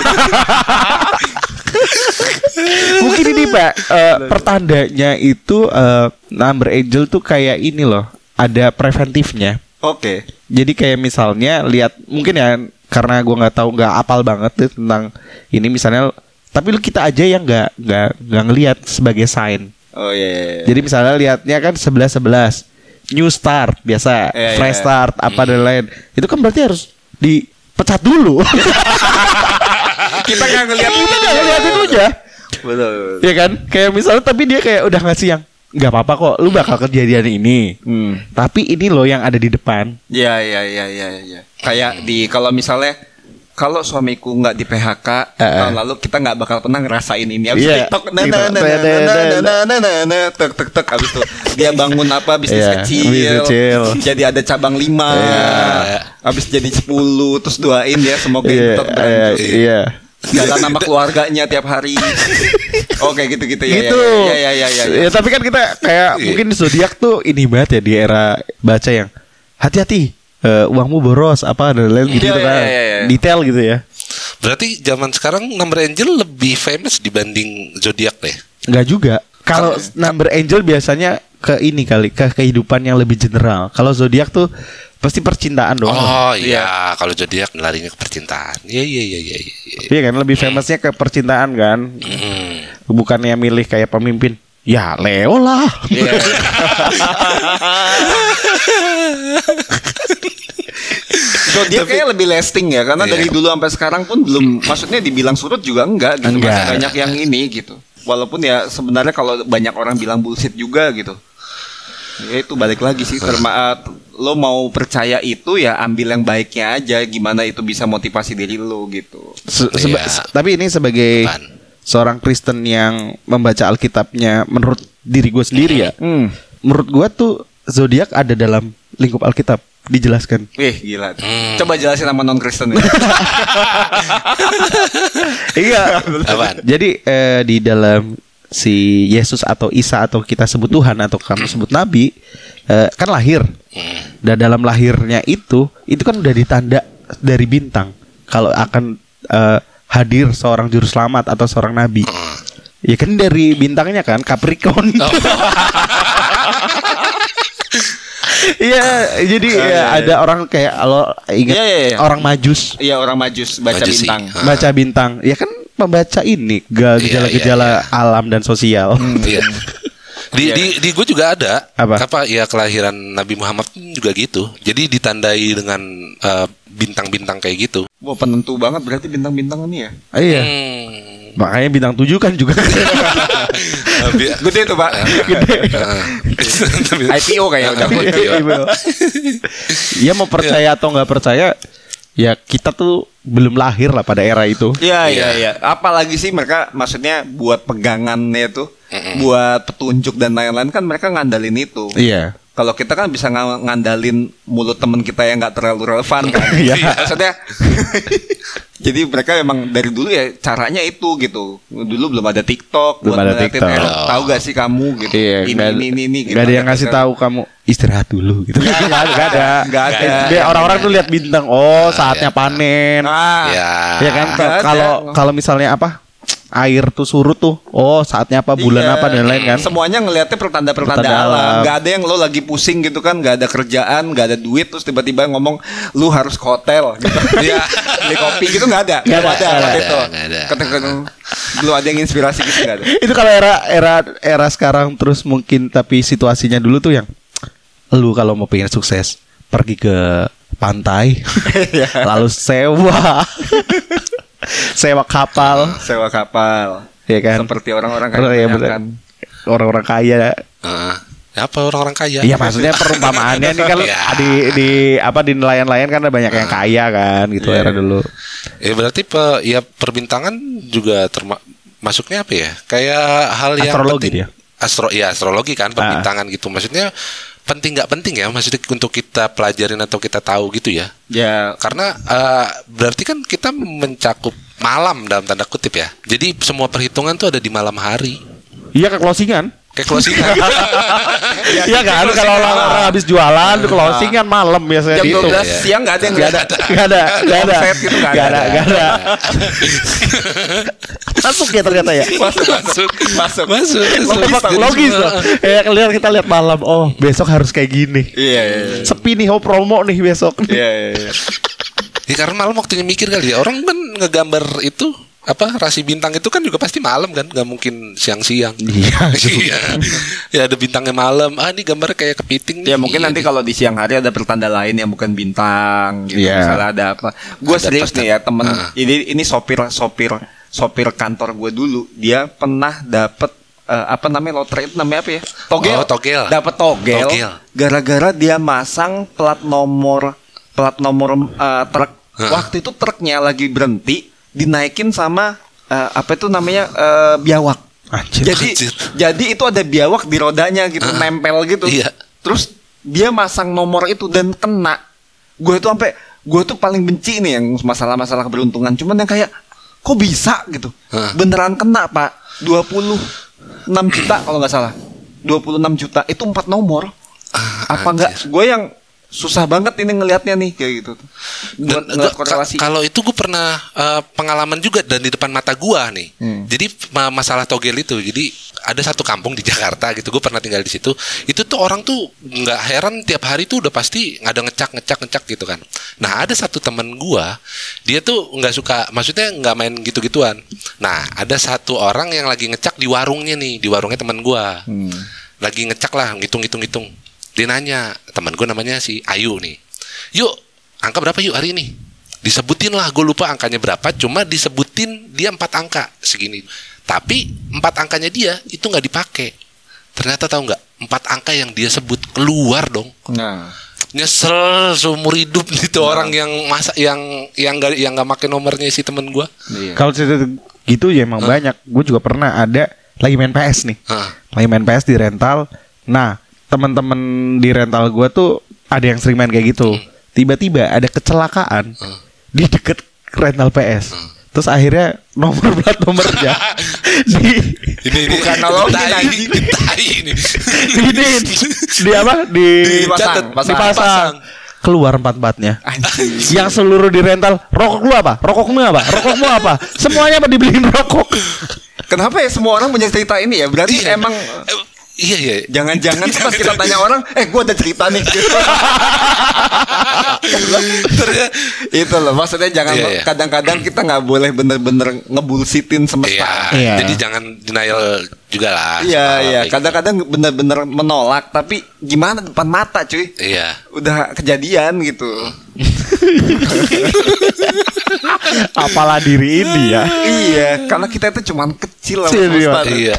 Speaker 1: Mungkin ini Pak, pertandanya itu number angel tuh kayak ini loh, ada preventifnya.
Speaker 3: Oke.
Speaker 1: Jadi kayak misalnya lihat, mungkin ya karena gue nggak apal banget tuh tentang ini misalnya, tapi kita aja yang nggak ngelihat sebagai sign.
Speaker 3: Oh iya.
Speaker 1: Jadi misalnya lihatnya kan 11 new start biasa, fresh start apa dan lain. Itu kan berarti harus dipecat dulu.
Speaker 3: Kita nggak ngelihat
Speaker 1: itu aja.
Speaker 3: Betul.
Speaker 1: Ya kan? Kayak misalnya tapi dia kayak udah ngasih yang nggak apa-apa kok, lu bakal kejadian ini. Tapi ini loh yang ada di depan.
Speaker 3: Iya. Kayak kalau misalnya kalau suamiku nggak di PHK tahun lalu kita nggak bakal pernah ngerasain ini. Abis TikTok, tek abis itu dia bangun apa bisnis kecil, jadi ada cabang 5, abis jadi 10, terus doain ya semoga TikTok berlanjut. Jalan nama keluarganya tiap hari. Oke gitu ya.
Speaker 1: Gitu. Ya, tapi kan kita kayak mungkin zodiak tuh ini banget ya di era baca yang hati-hati. Uangmu boros apa dan lain gitu kan. Detail gitu ya.
Speaker 2: Berarti zaman sekarang number angel lebih famous dibanding zodiak deh.
Speaker 1: Enggak juga. Kalau number angel biasanya ke ini kali, ke kehidupan yang lebih general. Kalau zodiak tuh pasti percintaan dong.
Speaker 2: Oh iya, kalau zodiak larinya ke percintaan. Iya.
Speaker 1: Iya kan lebih famousnya ke percintaan kan. Bukannya milih kayak pemimpin. Ya Leo lah.
Speaker 3: Dia kayak lebih lasting ya, karena dari dulu sampai sekarang pun belum, maksudnya dibilang surut juga enggak gitu. Masih banyak yang ini gitu. Walaupun ya sebenarnya kalau banyak orang bilang bullshit juga gitu. Ya itu balik lagi sih, lo mau percaya itu ya ambil yang baiknya aja, gimana itu bisa motivasi diri lo gitu.
Speaker 1: Tapi ini sebagai seorang Kristen yang membaca Alkitabnya menurut diri gue sendiri ya. Menurut gue tuh zodiak ada dalam lingkup Alkitab. Dijelaskan.
Speaker 3: Gila. Coba jelasin sama non-Kristen ya.
Speaker 1: Iya. Jadi di dalam si Yesus atau Isa atau kita sebut Tuhan atau kamu sebut Nabi kan lahir. Dan dalam lahirnya itu kan udah ditanda dari bintang kalau akan hadir seorang juru selamat atau seorang nabi. Ya kan dari bintangnya kan Capricorn. Iya, jadi ada orang kayak lo ingat orang Majus.
Speaker 3: Iya, orang Majus baca Majusi. Bintang.
Speaker 1: Baca bintang. Ya kan membaca ini gejala-gejala alam dan sosial.
Speaker 2: Di gue juga ada apa ya kelahiran Nabi Muhammad juga gitu. Jadi ditandai dengan bintang-bintang kayak gitu.
Speaker 3: Wah, penentu banget berarti bintang-bintang ini ya.
Speaker 1: Iya. Makanya bintang 7 kan juga
Speaker 3: gede tuh Pak. Gede. IPO kayaknya udah.
Speaker 1: Ya mau percaya atau nggak percaya, ya kita tuh belum lahir lah pada era itu.
Speaker 3: Iya. Apalagi sih mereka maksudnya buat pegangannya tuh, buat petunjuk dan lain-lain kan mereka ngandalin itu.
Speaker 1: Iya.
Speaker 3: Kalau kita kan bisa ngandalin mulut teman kita yang nggak terlalu relevan kan. Maksudnya jadi mereka emang dari dulu ya caranya itu gitu. Dulu belum ada TikTok,
Speaker 1: belum ada TikTok.
Speaker 3: Tahu gak sih kamu gitu. Ini gitu.
Speaker 1: Gak ada yang ngasih tahu kamu istirahat dulu gitu. Gak ada. Orang-orang tuh lihat bintang. Oh, saatnya panen. Ya kan kalau misalnya apa? Air tuh surut tuh. Oh, saatnya apa, bulan apa dan lain kan.
Speaker 3: Semuanya ngelihatnya pertanda alam. Gak ada yang lo lagi pusing gitu kan, gak ada kerjaan, gak ada duit, terus tiba-tiba ngomong lu harus ke hotel gitu. Beli kopi gitu gak ada. Gak ada. Belum ada yang inspirasi gitu, gak ada.
Speaker 1: Itu kalau era sekarang terus mungkin, tapi situasinya dulu tuh yang lu kalau mau pengen sukses pergi ke pantai lalu sewa kapal, ya kan?
Speaker 3: Seperti orang-orang kaya kan?
Speaker 1: Orang-orang kaya.
Speaker 2: Apa orang-orang kaya?
Speaker 1: Iya, maksudnya perumpamaannya ini kan di nelayan-nelayan kan ada banyak yang kaya kan gitu era dulu.
Speaker 2: Ya berarti perbintangan juga masuknya apa ya? Kayak hal yang
Speaker 1: astrologi
Speaker 2: penting. Astrologi kan perbintangan gitu. Maksudnya penting nggak penting ya, maksudnya untuk kita pelajarin atau kita tahu gitu ya.
Speaker 3: Ya,
Speaker 2: karena berarti kan kita mencakup malam dalam tanda kutip ya. Jadi semua perhitungan tuh ada di malam hari.
Speaker 1: Iya, ke closingan.
Speaker 3: Iya
Speaker 1: kan, kalau orang habis jualan tuh closingan malam biasanya
Speaker 3: jam 12 siang nggak ada nggak ada gitu, nggak ada.
Speaker 1: Masuk ya ternyata ya.
Speaker 3: Masuk.
Speaker 1: Logis loh. Kita lihat malam. Oh, besok harus kayak gini.
Speaker 3: Iya.
Speaker 1: Sepi nih, promo nih besok.
Speaker 3: Iya.
Speaker 2: Ya karena malam waktunya mikir kali ya. Orang kan ngegambar itu rasi bintang itu kan juga pasti malam kan, nggak mungkin siang-siang. Iya. Ya ada bintangnya malam. Ini gambarnya kayak kepiting nih.
Speaker 3: Ya mungkin nanti kalau di siang hari ada pertanda lain yang bukan bintang gitu. Misalnya ada apa. Gue serius nih ya temen. Ini sopir kantor gue dulu. Dia pernah dapet lotre itu namanya apa ya?
Speaker 2: Togel.
Speaker 3: Dapat togel. Gara-gara dia masang plat nomor truk Waktu itu truknya lagi berhenti, dinaikin sama apa itu namanya biawak. Jadi itu ada biawak di rodanya gitu, nempel gitu.
Speaker 2: Iya.
Speaker 3: Terus dia masang nomor itu dan kena. Gue tuh paling benci nih yang masalah-masalah keberuntungan. Cuman yang kayak kok bisa gitu. Beneran kena, Pak. 26 juta kalau nggak salah. 26 juta itu 4 nomor. Apa enggak? Gue yang susah banget ini ngelihatnya nih kayak gitu.
Speaker 2: Dan kalau itu gue pernah pengalaman juga dan di depan mata gue nih. Jadi masalah togel itu. Jadi ada satu kampung di Jakarta gitu. Gue pernah tinggal di situ. Itu tuh orang tuh nggak heran tiap hari tuh udah pasti ada ngecak gitu kan. Nah ada satu temen gue, dia tuh nggak suka, maksudnya nggak main gitu-gituan. Nah ada satu orang yang lagi ngecak di warungnya nih, di warungnya temen gue. Lagi ngecak lah, ngitung. Dia nanya, teman gue namanya si Ayu nih, yuk angka berapa yuk hari ini? Disebutin lah, gue lupa angkanya berapa, cuma disebutin dia 4 angka segini. Tapi 4 angkanya dia itu nggak dipakai. Ternyata tahu nggak, 4 angka yang dia sebut keluar dong.
Speaker 3: Nah,
Speaker 2: nyesel seumur hidup itu orang yang nggak pakai nomornya si temen gue.
Speaker 1: Iya. Kalau cerita gitu ya emang banyak. Gue juga pernah ada lagi main PS nih, lagi main PS di rental. Nah teman-teman di rental gue tuh ada yang sering main kayak gitu. Tiba-tiba ada kecelakaan di deket rental PS. Terus akhirnya plat nomornya
Speaker 2: ini
Speaker 3: bukan nolongin anjing.
Speaker 1: Dipasang. Keluar 4-4-nya. Yang seluruh di rental, rokokmu apa? Semuanya dibeliin rokok.
Speaker 3: Kenapa ya semua orang punya cerita ini ya? Berarti emang
Speaker 2: Iya.
Speaker 3: Jangan-jangan pas kita tanya orang, gue ada cerita nih. Itu loh, maksudnya jangan kadang-kadang kita nggak boleh bener-bener ngebulsitin semesta.
Speaker 2: Iya. Jadi jangan denial juga lah.
Speaker 3: Iya. Kadang-kadang bener-bener menolak, tapi gimana depan mata, cuy?
Speaker 2: Iya.
Speaker 3: Udah kejadian gitu.
Speaker 1: Apalah diri ini ya.
Speaker 3: Iya, karena kita itu cuman kecil lah. Iya.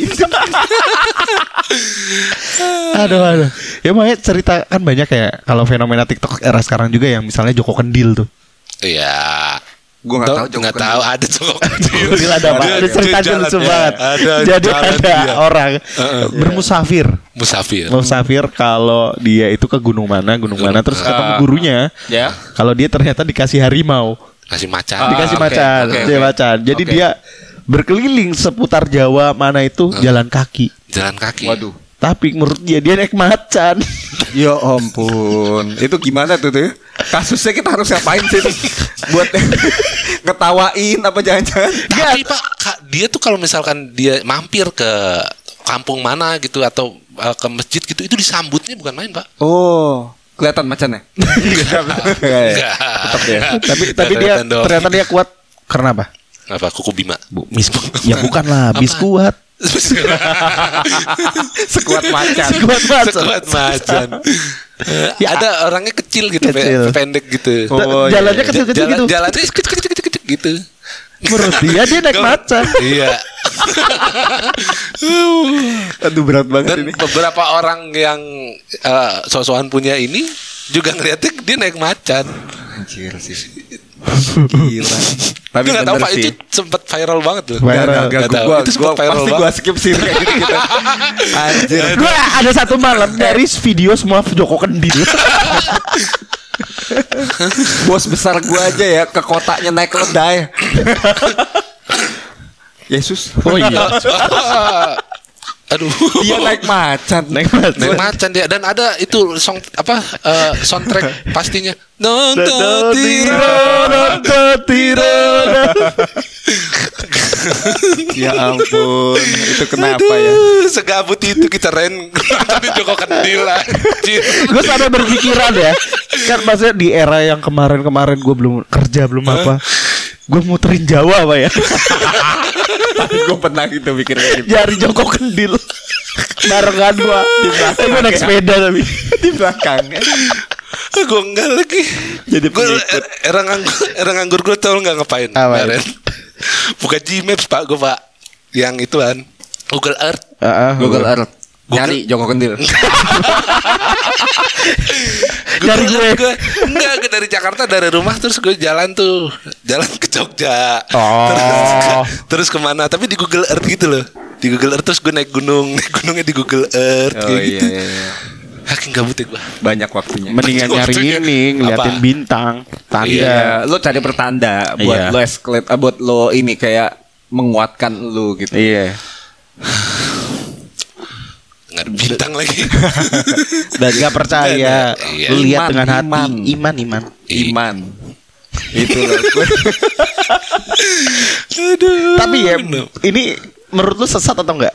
Speaker 1: Aduh. Ya makanya cerita kan banyak ya. Kalau fenomena TikTok era sekarang juga yang misalnya Joko Kendil tuh.
Speaker 2: Iya.
Speaker 3: Gue nggak tahu
Speaker 2: ada Joko Kendil.
Speaker 1: Ada apa? Ada ceritanya lucu banget. Jadi ada orang bermusafir. Musafir kalau dia itu ke gunung mana terus ketemu gurunya.
Speaker 3: Ya.
Speaker 1: Kalau dia ternyata dikasih harimau. Dikasih macan. Jadi dia berkeliling seputar Jawa mana itu jalan kaki.
Speaker 3: Waduh.
Speaker 1: Tapi menurut dia naik macan.
Speaker 3: Ya ampun. Itu gimana tuh ya? Kasusnya kita harus ngapain sih? Buat ngetawain apa jangan-jangan?
Speaker 2: Tapi Pak, dia tuh kalau misalkan dia mampir ke kampung mana gitu atau ke masjid gitu, itu disambutnya bukan main, Pak.
Speaker 3: Oh, kelihatan macannya?
Speaker 2: Enggak.
Speaker 3: Tapi
Speaker 1: dia ternyata dia kuat karena apa?
Speaker 2: Apa? Kuku Bima.
Speaker 1: Ya bukan lah, biskuat.
Speaker 3: Sekuat macan.
Speaker 2: Ya, ada orangnya kecil gitu, pendek gitu.
Speaker 1: Jalannya kecil-kecil gitu.
Speaker 2: Jalannya kecil gitu.
Speaker 1: Menurut dia naik macan.
Speaker 2: Iya.
Speaker 3: Aduh berat banget. Dan
Speaker 2: ini. Beberapa orang yang sosokan punya ini juga ngeliatnya dia naik macan.
Speaker 3: Anjir sih. Gila. Tapi
Speaker 2: nggak tahu Pak, itu sempat viral banget loh.
Speaker 3: Gak tahu. Itu sempat viral banget. Pasti gue skip sih kayak gitu. Anjir.
Speaker 1: Gue ada satu malam dari video semua Joko Kendil.
Speaker 3: Bos besar gue aja ya ke kotanya naik keledai. Yesus.
Speaker 1: Oh iya.
Speaker 2: Aduh,
Speaker 3: dia naik macan
Speaker 2: dia, dan ada itu soundtrack pastinya
Speaker 1: nonton tiro.
Speaker 3: Ya ampun, itu kenapa ya?
Speaker 2: Segabut itu kita nontonin Joko Kendil anjir.
Speaker 1: Gue sampai berpikiran ya, kan maksudnya di era yang kemarin gue belum kerja apa, gue muterin Jawa apa ya.
Speaker 3: Gue pernah gitu mikirnya gitu.
Speaker 1: Jari Joko Kendil barengan gue di belakang. Gue naik sepeda tapi
Speaker 3: di belakangnya.
Speaker 2: Gue enggak lagi.
Speaker 3: Jadi pengikut.
Speaker 2: Era nganggur gue tau nggak ngapain kemarin? Buka Gmaps Pak, gue Pak. Yang ituan Google Earth.
Speaker 3: Google Earth. Nyari Joko Kendil.
Speaker 2: Nyari gue. Enggak, gue dari Jakarta, dari rumah terus gue jalan ke Jogja. Terus kemana? Tapi di Google Earth gitu loh. Di Google Earth terus gue naik gunungnya di Google Earth kayak gitu. Iya. Hakin gabut ya gue.
Speaker 3: Banyak waktunya.
Speaker 1: Mendingan nyari ini, ngeliatin bintang, tanda.
Speaker 3: Iya, lo cari pertanda buat lo escalate, buat lo ini kayak menguatkan lo gitu. Iya.
Speaker 2: Nggak ada bintang lagi.
Speaker 1: Dan gak percaya. Lu lihat dengan hati. Iman.
Speaker 3: Itu loh.
Speaker 1: Tapi ya, ini menurut lu sesat atau enggak?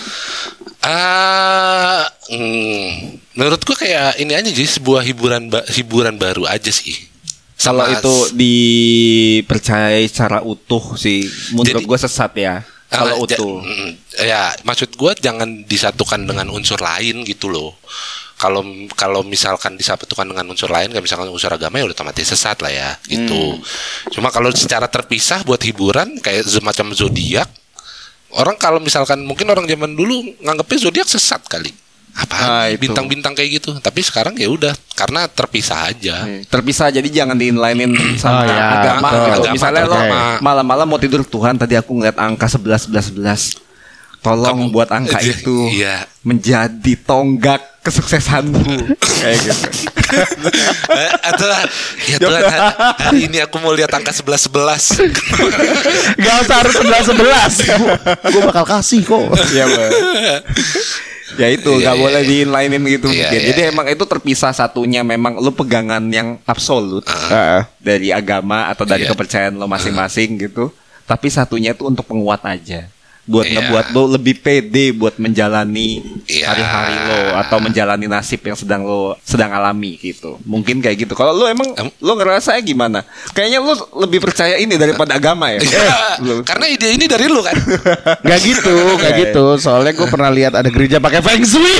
Speaker 2: Menurut gua kayak ini aja sih, sebuah hiburan baru aja sih.
Speaker 3: Kalau itu dipercayai secara utuh sih, menurut gua sesat ya. Kalau utuh.
Speaker 2: Ya, maksud gua jangan disatukan dengan unsur lain gitu loh. Kalau misalkan disatukan dengan unsur lain, kayak misalkan unsur agama, ya udah otomatis sesat lah ya gitu. Cuma kalau secara terpisah buat hiburan kayak semacam zodiak, orang kalau misalkan mungkin orang zaman dulu nganggepnya zodiak sesat kali. Apa bintang-bintang kayak gitu. Tapi sekarang ya udah karena terpisah aja.
Speaker 3: Terpisah, jadi jangan diinlainin sama agama gitu. Misalnya lo malam-malam mau tidur, Tuhan tadi aku ngeliat angka 11. Tolong buat angka itu menjadi tonggak kesuksesanmu. Kayak gitu.
Speaker 2: Atau ya Tuhan, hari ini aku mau lihat angka 11.
Speaker 1: Gak usah harus 11. Gue bakal kasih kok.
Speaker 3: Iya, Bang. Ya itu gak boleh diinlainin gitu. Jadi emang itu terpisah, satunya memang lu pegangan yang absolut dari agama atau dari kepercayaan lo masing-masing gitu. Tapi satunya itu untuk penguat aja, buat ngebuat lo lebih pede buat menjalani hari-hari lo atau menjalani nasib yang sedang alami gitu. Mungkin kayak gitu. Kalau lo emang lo ngerasa gimana? Kayaknya lo lebih percaya ini daripada agama ya.
Speaker 2: Karena ide ini dari lo kan.
Speaker 1: Gak gitu. Soalnya gue pernah lihat ada gereja pakai feng shui.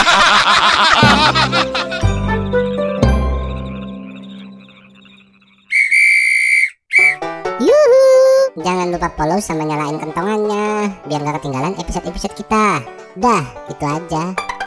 Speaker 4: Jangan lupa follow sama nyalain kentongannya biar gak ketinggalan episode-episode kita. Dah, itu aja.